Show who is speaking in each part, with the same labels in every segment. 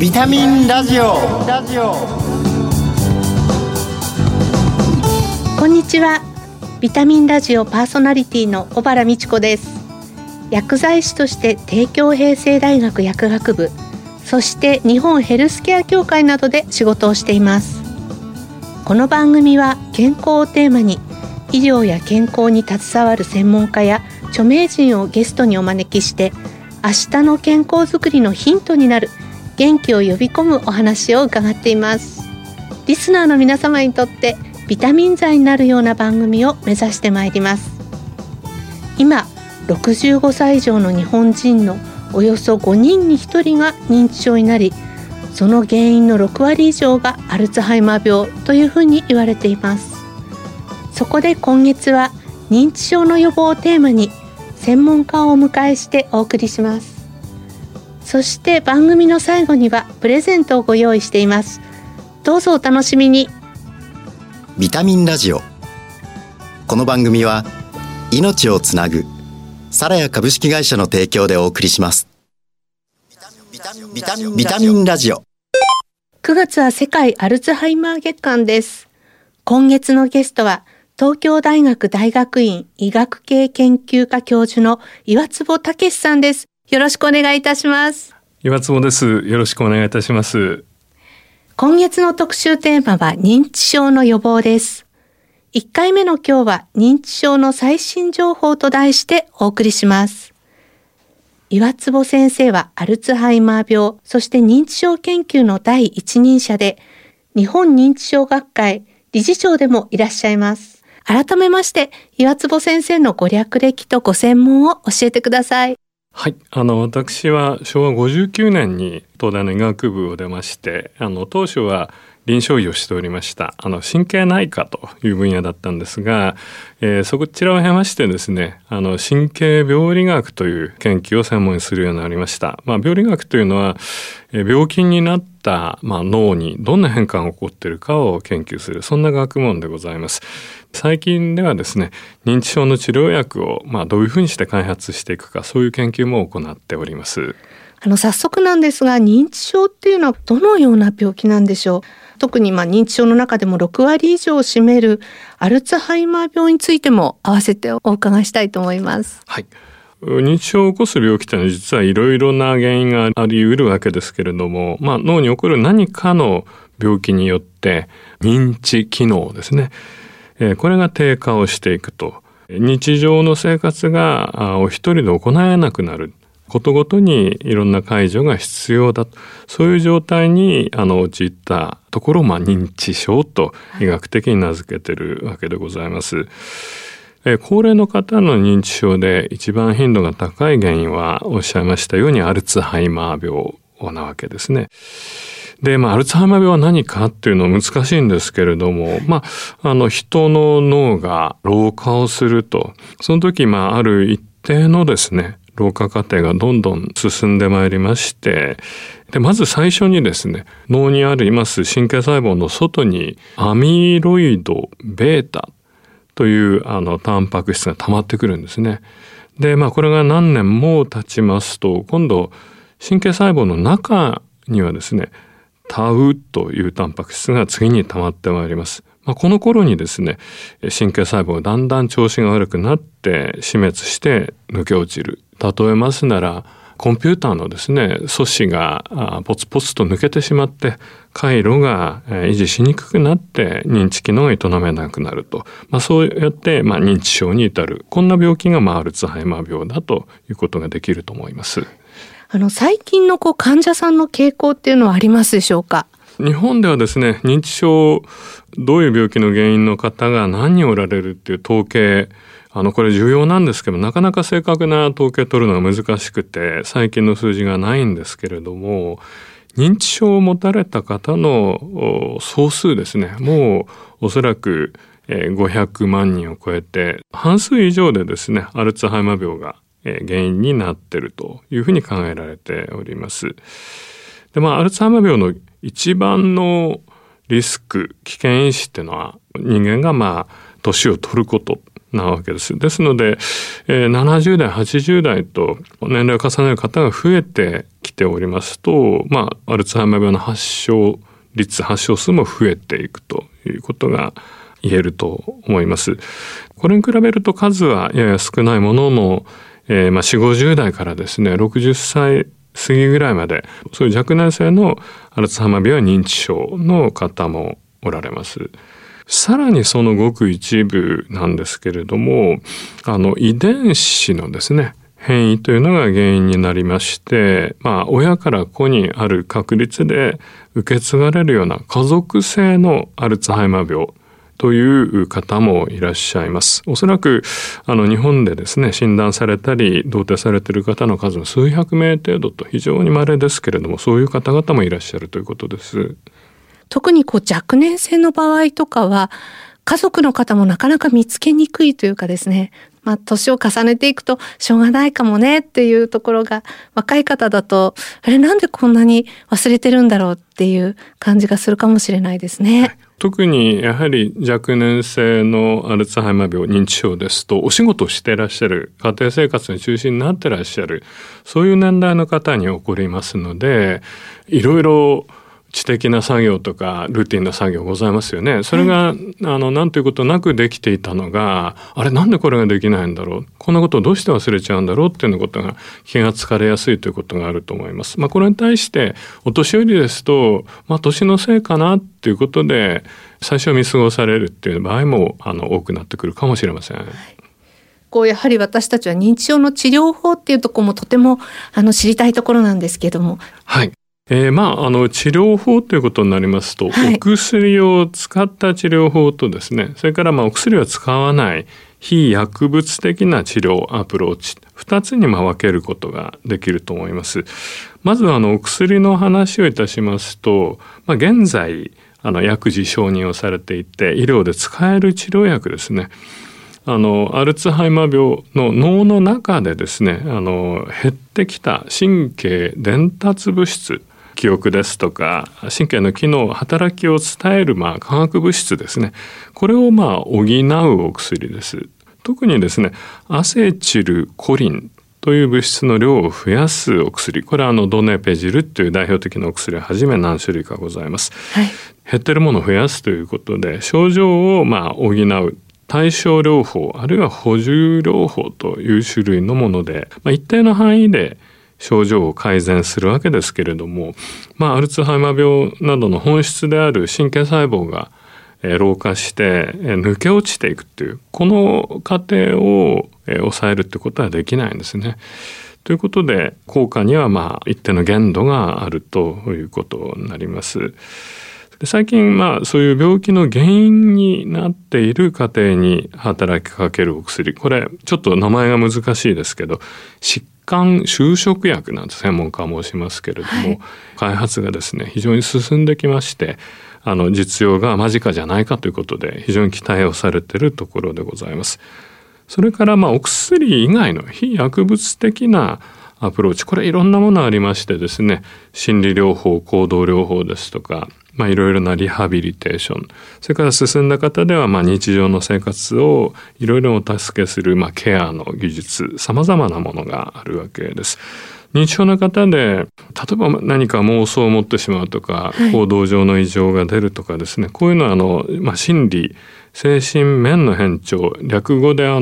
Speaker 1: ビタミンラジオ。
Speaker 2: こんにちは。ビタミンラジオパーソナリティの小原美智子です。薬剤師として帝京平成大学薬学部、そして日本ヘルスケア協会などで仕事をしています。この番組は健康をテーマに、医療や健康に携わる専門家や著名人をゲストにお招きして、明日の健康づくりのヒントになる元気を呼び込むお話を伺っています。リスナーの皆様にとってビタミン剤になるような番組を目指してまいります。今65歳以上の日本人のおよそ5人に1人が認知症になり、その原因の6割以上がアルツハイマー病というふうに言われています。そこで今月は認知症の予防をテーマに専門家をお迎えしてお送りします。そして番組の最後にはプレゼントをご用意しています。どうぞお楽しみに。
Speaker 1: ビタミンラジオ。この番組は命をつなぐサラヤ株式会社の提供でお送りします。ビタミンラジオ。
Speaker 2: 9月は世界アルツハイマー月間です。今月のゲストは東京大学大学院医学系研究科教授の岩坪武さんです。よろしくお願いいたします。
Speaker 3: 岩坪です。よろしくお願いいたします。
Speaker 2: 今月の特集テーマは認知症の予防です。1回目の今日は認知症の最新情報と題してお送りします。岩坪先生はアルツハイマー病、そして認知症研究の第一人者で、日本認知症学会理事長でもいらっしゃいます。改めまして岩坪先生のご略歴とご専門を教えてください。
Speaker 3: はい、私は昭和59年に東大の医学部を出まして、当初は臨床医をしておりました。神経内科という分野だったんですが、そちらを経ましてですね、神経病理学という研究を専門にするようになりました。病理学というのは、病気になった、脳にどんな変化が起こっているかを研究する、そんな学問でございます。最近ではですね、認知症の治療薬をどういうふうにして開発していくか、そういう研究も行っております。
Speaker 2: 早速なんですが、認知症っていうのはどのような病気なんでしょう。特に認知症の中でも6割以上を占めるアルツハイマー病についても合わせてお伺いしたいと思います。
Speaker 3: はい。認知症を起こす病気というのは実はいろいろな原因があり得るわけですけれども、脳に起こる何かの病気によって認知機能ですね、これが低下をしていくと、日常の生活がお一人で行えなくなることごとにいろんな介助が必要だと、そういう状態に陥ったところを認知症と医学的に名付けているわけでございます。高齢の方の認知症で一番頻度が高い原因はおっしゃいましたようにアルツハイマー病なわけですね。で、アルツハイマー病は何かっていうのは難しいんですけれども、人の脳が老化をすると、その時、ある一定のですね、老化過程がどんどん進んでまいりまして、で、まず最初にですね、脳にあります神経細胞の外にアミロイド β というタンパク質が溜まってくるんですね。で、これが何年も経ちますと、今度神経細胞の中にはですね、タウというタンパク質が次に溜まってまいります。この頃にですね、神経細胞がだんだん調子が悪くなって死滅して抜け落ちる。例えますなら、コンピューターのですね、素子がポツポツと抜けてしまって、回路が維持しにくくなって認知機能が営めなくなると。そうやって認知症に至る。こんな病気がアルツハイマー病だということができると思います。
Speaker 2: 最近の患者さんの傾向っていうのはありますでしょうか。
Speaker 3: 日本ではですね、認知症、どういう病気の原因の方が何人おられるっていう統計、これ重要なんですけど、なかなか正確な統計取るのが難しくて、最近の数字がないんですけれども、認知症を持たれた方の総数ですね、もうおそらく500万人を超えて、半数以上でですね、アルツハイマー病が原因になっているというふうに考えられております。で、アルツハイマー病の一番のリスク、危険因子っていうのは、人間が年を取ることなわけです。ですので、70代、80代と年齢を重ねる方が増えてきておりますと、アルツハイマー病の発症数も増えていくということが言えると思います。これに比べると数はやや少ないものの、40、50代からですね、60歳過ぎぐらいまで、そういう若年性のアルツハイマー病や認知症の方もおられます。さらにそのごく一部なんですけれども、遺伝子のですね、変異というのが原因になりまして、親から子にある確率で受け継がれるような家族性のアルツハイマー病という方もいらっしゃいます。おそらく日本でですね、診断されたり同定されている方の数も数百名程度と非常に稀ですけれども、そういう方々もいらっしゃるということです。
Speaker 2: 特に若年性の場合とかは家族の方もなかなか見つけにくいというかですね、年を重ねていくとしょうがないかもねっていうところが、若い方だとなんでこんなに忘れてるんだろうっていう感じがするかもしれないですね。
Speaker 3: 特にやはり若年性のアルツハイマー病、認知症ですと、お仕事をしていらっしゃる、家庭生活の中心になっていらっしゃる、そういう年代の方に起こりますので、いろいろ知的な作業とかルーティンな作業ございますよね。それが、なんということなくできていたのが、なんでこれができないんだろう、こんなことをどうして忘れちゃうんだろうっていうことが気がつかれやすいということがあると思います。これに対してお年寄りですと、年のせいかなっていうことで最初は見過ごされるっていう場合も多くなってくるかもしれません。
Speaker 2: やはり私たちは認知症の治療法っていうところもとても知りたいところなんですけども。
Speaker 3: はい。治療法ということになりますと、お薬を使った治療法とですね、それからお薬を使わない非薬物的な治療アプローチ、2つに分けることができると思います。まずお薬の話をいたしますと、現在薬事承認をされていて医療で使える治療薬ですね。アルツハイマー病の脳の中でですね、減ってきた神経伝達物質、記憶ですとか神経の機能、働きを伝える化学物質ですね、これを補うお薬です。特にですね、アセチルコリンという物質の量を増やすお薬、これはドネペジルという代表的なお薬をはじめ何種類かございます。減ってるものを増やすということで症状を補う対症療法あるいは補充療法という種類のもので、一定の範囲で症状を改善するわけですけれども、アルツハイマー病などの本質である神経細胞が老化して抜け落ちていくというこの過程を抑えるということはできないんですね。ということで効果には一定の限度があるということになります。最近そういう病気の原因になっている過程に働きかけるお薬、これちょっと名前が難しいですけど疾患修飾薬なんて専門家は申しますけれども、開発がですね非常に進んできまして実用が間近じゃないかということで非常に期待をされているところでございます。それからお薬以外の非薬物的なアプローチ、これいろんなものありましてですね、心理療法、行動療法ですとかいろいろなリハビリテーション、それから進んだ方では日常の生活をいろいろお助けするケアの技術、様々なものがあるわけです。認知症の方で例えば何か妄想を持ってしまうとか、行動上の異常が出るとかですね、こういうのは心理精神面の変調、略語で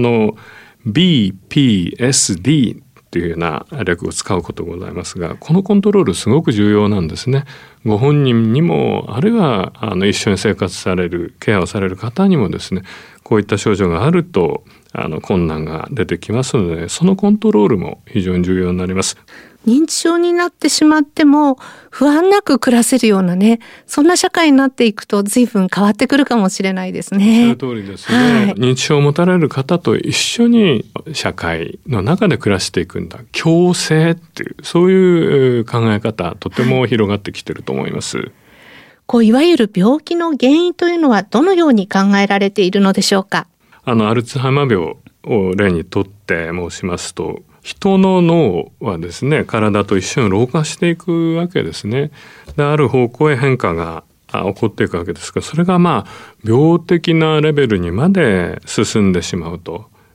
Speaker 3: BPSDというような略を使うことございますが、このコントロールすごく重要なんですね。ご本人にもあるいは一緒に生活されるケアをされる方にもですね、こういった症状があると困難が出てきますので、そのコントロールも非常に重要になります。
Speaker 2: 認知症になってしまっても不安なく暮らせるようなね、そんな社会になっていくと随分変わってくるかもしれないですね。
Speaker 3: その通りですね、認知症を持たれる方と一緒に社会の中で暮らしていくんだ、共生っていうそういう考え方、とても広がってきていると思います。
Speaker 2: いわゆる病気の原因というのはどのように考えられているのでしょうか。
Speaker 3: アルツハイマー病を例にとって申しますと、人の脳はですね、体と一緒に老化していくわけですね。で、ある方向へ変化が起こっていくわけですが、それが病的なレベルにまで進んでしまうと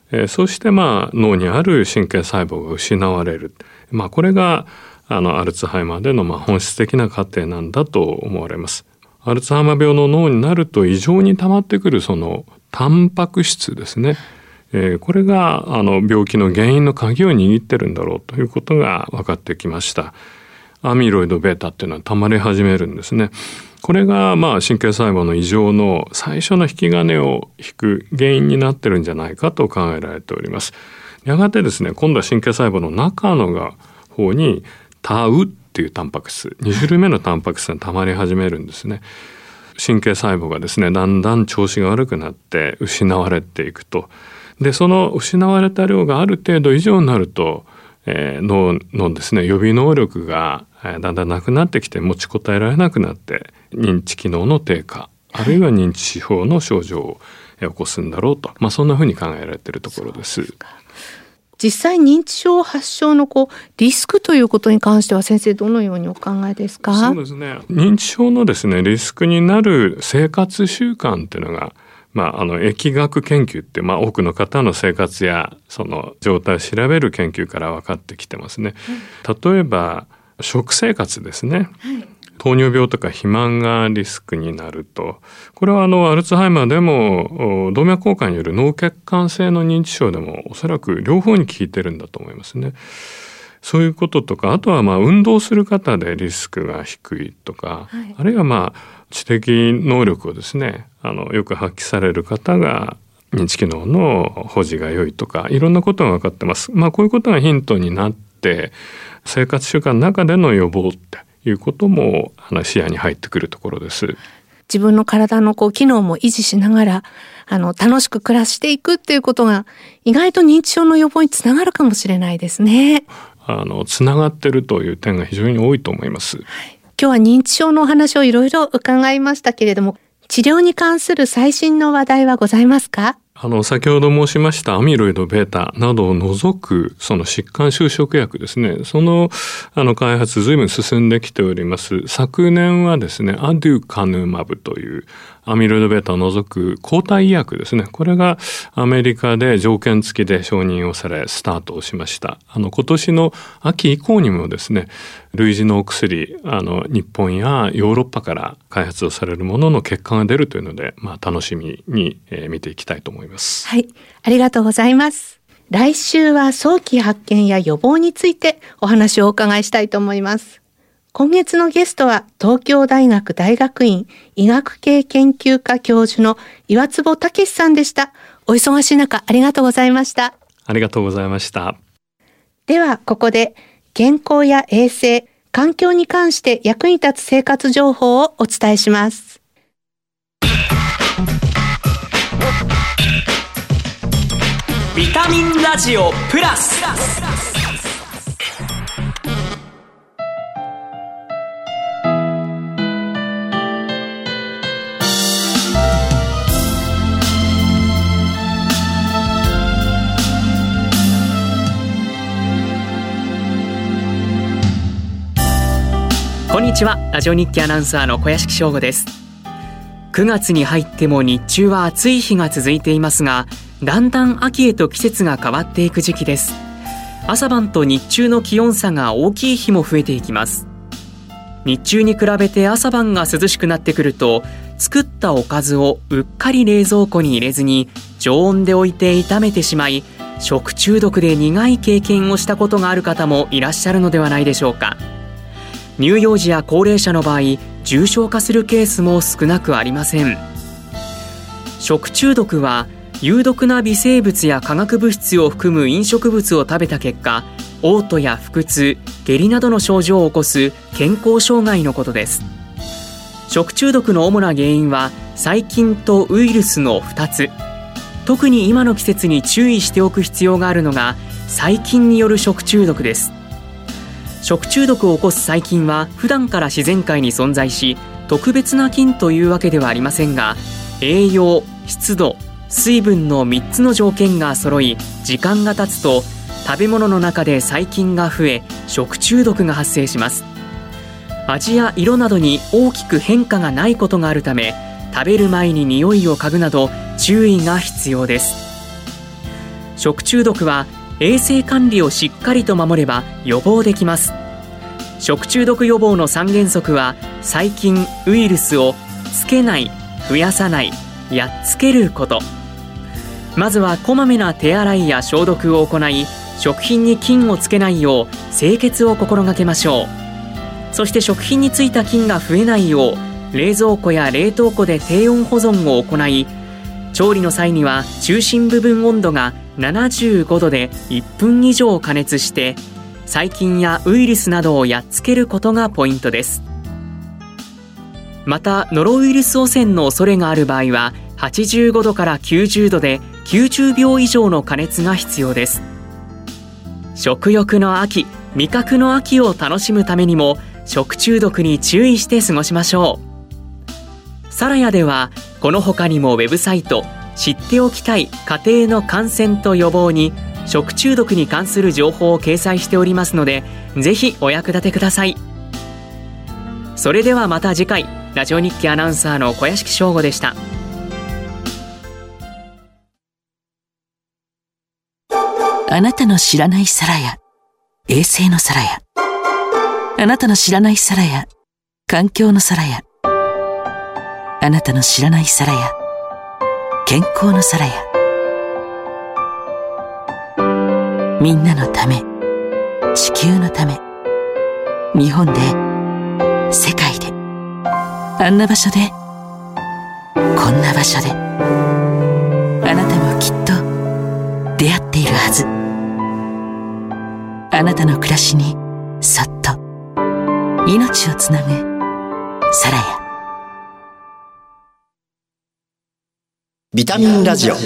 Speaker 3: そして脳にある神経細胞が失われる。これがアルツハイマーでの本質的な過程なんだと思われます。アルツハイマー病の脳になると異常に溜まってくるそのタンパク質ですね。これが病気の原因の鍵を握ってるんだろうということが分かってきました。アミロイド β っていうのは溜まり始めるんですね。これが神経細胞の異常の最初の引き金を引く原因になってるんじゃないかと考えられております。やがてですね、今度は神経細胞の中の方にタウっていうタンパク質、2種類目のタンパク質が溜まり始めるんですね。神経細胞がですね、だんだん調子が悪くなって失われていくと。で、その失われた量がある程度以上になると、脳のですね、予備能力がだんだんなくなってきて持ちこたえられなくなって認知機能の低下、あるいは認知症の症状を起こすんだろうと、そんなふうに考えられているところです。
Speaker 2: 実際認知症発症のリスクということに関しては先生どのようにお考えですか？
Speaker 3: そうですね、認知症のですね、リスクになる生活習慣っていうのが疫学研究って多くの方の生活やその状態を調べる研究から分かってきてますね。例えば食生活ですね。糖尿病とか肥満がリスクになると、これはアルツハイマーでも動脈硬化による脳血管性の認知症でもおそらく両方に効いてるんだと思いますね。そういうこととか、あとは運動する方でリスクが低いとか、あるいは知的能力をですね、よく発揮される方が認知機能の保持が良いとか、いろんなことが分かってます。こういうことがヒントになって生活習慣の中での予防っていうことも視野に入ってくるところです。
Speaker 2: 自分の体の機能も維持しながら楽しく暮らしていくっていうことが意外と認知症の予防につながるかもしれないですね。
Speaker 3: つながってるという点が非常に多いと思います。
Speaker 2: 今日は認知症のお話をいろいろ伺いましたけれども、治療に関する最新の話題はございますか？
Speaker 3: 先ほど申しましたアミロイド β などを除くその疾患修飾薬ですね、その開発随分進んできております。昨年はですね、アデュカヌマブというアミロイド β を除く抗体医薬ですね、これがアメリカで条件付きで承認をされスタートをしました。今年の秋以降にもですね、類似のお薬日本やヨーロッパから開発をされるものの結果が出るというので、楽しみに見ていきたいと思います。
Speaker 2: はい、ありがとうございます。来週は早期発見や予防についてお話をお伺いしたいと思います。今月のゲストは東京大学大学院医学系研究科教授の岩坪武さんでした。お忙しい中ありがとうございました。
Speaker 3: ありがとうございました。
Speaker 2: ではここで健康や衛生、環境に関して役に立つ生活情報をお伝えします。
Speaker 4: ビタミンラジオプラス。こんにちは、ラジオ日記アナウンサーの小屋敷翔吾です。9月に入っても日中は暑い日が続いていますが、だんだん秋へと季節が変わっていく時期です。朝晩と日中の気温差が大きい日も増えていきます。日中に比べて朝晩が涼しくなってくると、作ったおかずをうっかり冷蔵庫に入れずに常温で置いて炒めてしまい、食中毒で苦い経験をしたことがある方もいらっしゃるのではないでしょうか。乳幼児や高齢者の場合、重症化するケースも少なくありません。食中毒は有毒な微生物や化学物質を含む飲食物を食べた結果、嘔吐や腹痛、下痢などの症状を起こす健康障害のことです。食中毒の主な原因は細菌とウイルスの2つ。特に今の季節に注意しておく必要があるのが細菌による食中毒です。食中毒を起こす細菌は普段から自然界に存在し、特別な菌というわけではありませんが、栄養、湿度、水分の3つの条件が揃い、時間が経つと食べ物の中で細菌が増え、食中毒が発生します。味や色などに大きく変化がないことがあるため、食べる前に匂いを嗅ぐなど注意が必要です。 食中毒は衛生管理をしっかりと守れば予防できます。食中毒予防の3原則は、細菌・ウイルスをつけない、増やさない、やっつけること。まずはこまめな手洗いや消毒を行い、食品に菌をつけないよう清潔を心がけましょう。そして食品についた菌が増えないよう、冷蔵庫や冷凍庫で低温保存を行い、調理の際には中心部分温度が75度で1分以上加熱して、細菌やウイルスなどをやっつけることがポイントです。また、ノロウイルス汚染の恐れがある場合は、85度から90度で90秒以上の加熱が必要です。食欲の秋、味覚の秋を楽しむためにも、食中毒に注意して過ごしましょう。サラヤでは、この他にもウェブサイト、知っておきたい家庭の感染と予防に、食中毒に関する情報を掲載しておりますので、ぜひお役立てください。それではまた次回、ラジオ日記アナウンサーの小屋敷翔吾でした。
Speaker 5: あなたの知らないサラヤ、衛生のサラヤ。あなたの知らないサラヤ、環境のサラヤ。あなたの知らないサラヤ、健康のサラヤ。みんなのため、地球のため、日本で、世界で、あんな場所で、こんな場所で、あなたもきっと出会っているはず。あなたの暮らしにそっと命をつなぐサラヤ。
Speaker 1: ビタミンラジオ。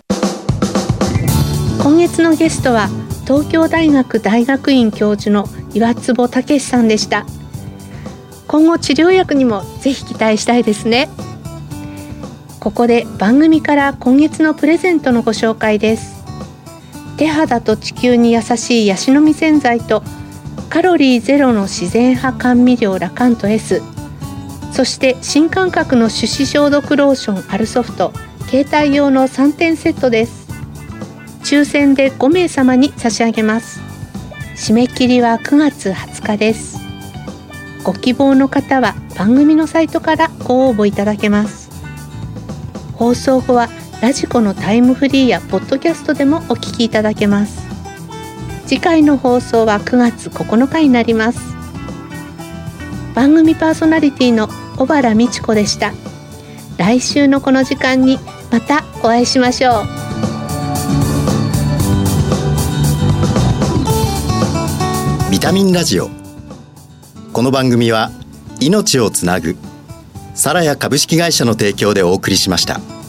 Speaker 2: 今月のゲストは東京大学大学院教授の岩坪武さんでした。今後治療薬にもぜひ期待したいですね。ここで番組から今月のプレゼントのご紹介です。手肌と地球に優しいヤシの実洗剤とカロリーゼロの自然派甘味料ラカント S、 そして新感覚の手指消毒ローションアルソフト携帯用の3点セットです。抽選で5名様に差し上げます。締め切りは9月20日です。ご希望の方は番組のサイトからご応募いただけます。放送後はラジコのタイムフリーやポッドキャストでもお聞きいただけます。次回の放送は9月9日になります。番組パーソナリティの小原美智子でした。来週のこの時間にまたお会いしましょう。
Speaker 1: ビタミンラジオ。この番組は命をつなぐサラヤ株式会社の提供でお送りしました。